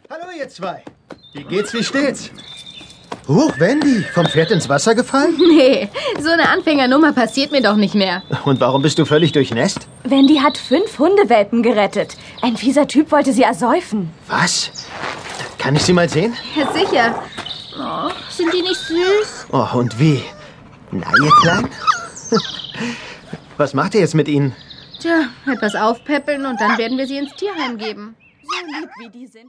Hallo ihr zwei. Wie geht's, wie steht's? Huch, Wendy, vom Pferd ins Wasser gefallen? Nee, so eine Anfängernummer passiert mir doch nicht mehr. Und warum bist du völlig durchnässt? Wendy hat 5 Hundewelpen gerettet. Ein fieser Typ wollte sie ersäufen. Was? Kann ich sie mal sehen? Ja, sicher. Oh, sind die nicht süß? Oh, und wie? Na, ihr Kleinen? Was macht ihr jetzt mit ihnen? Tja, etwas aufpäppeln und dann werden wir sie ins Tierheim geben. So lieb wie die sind.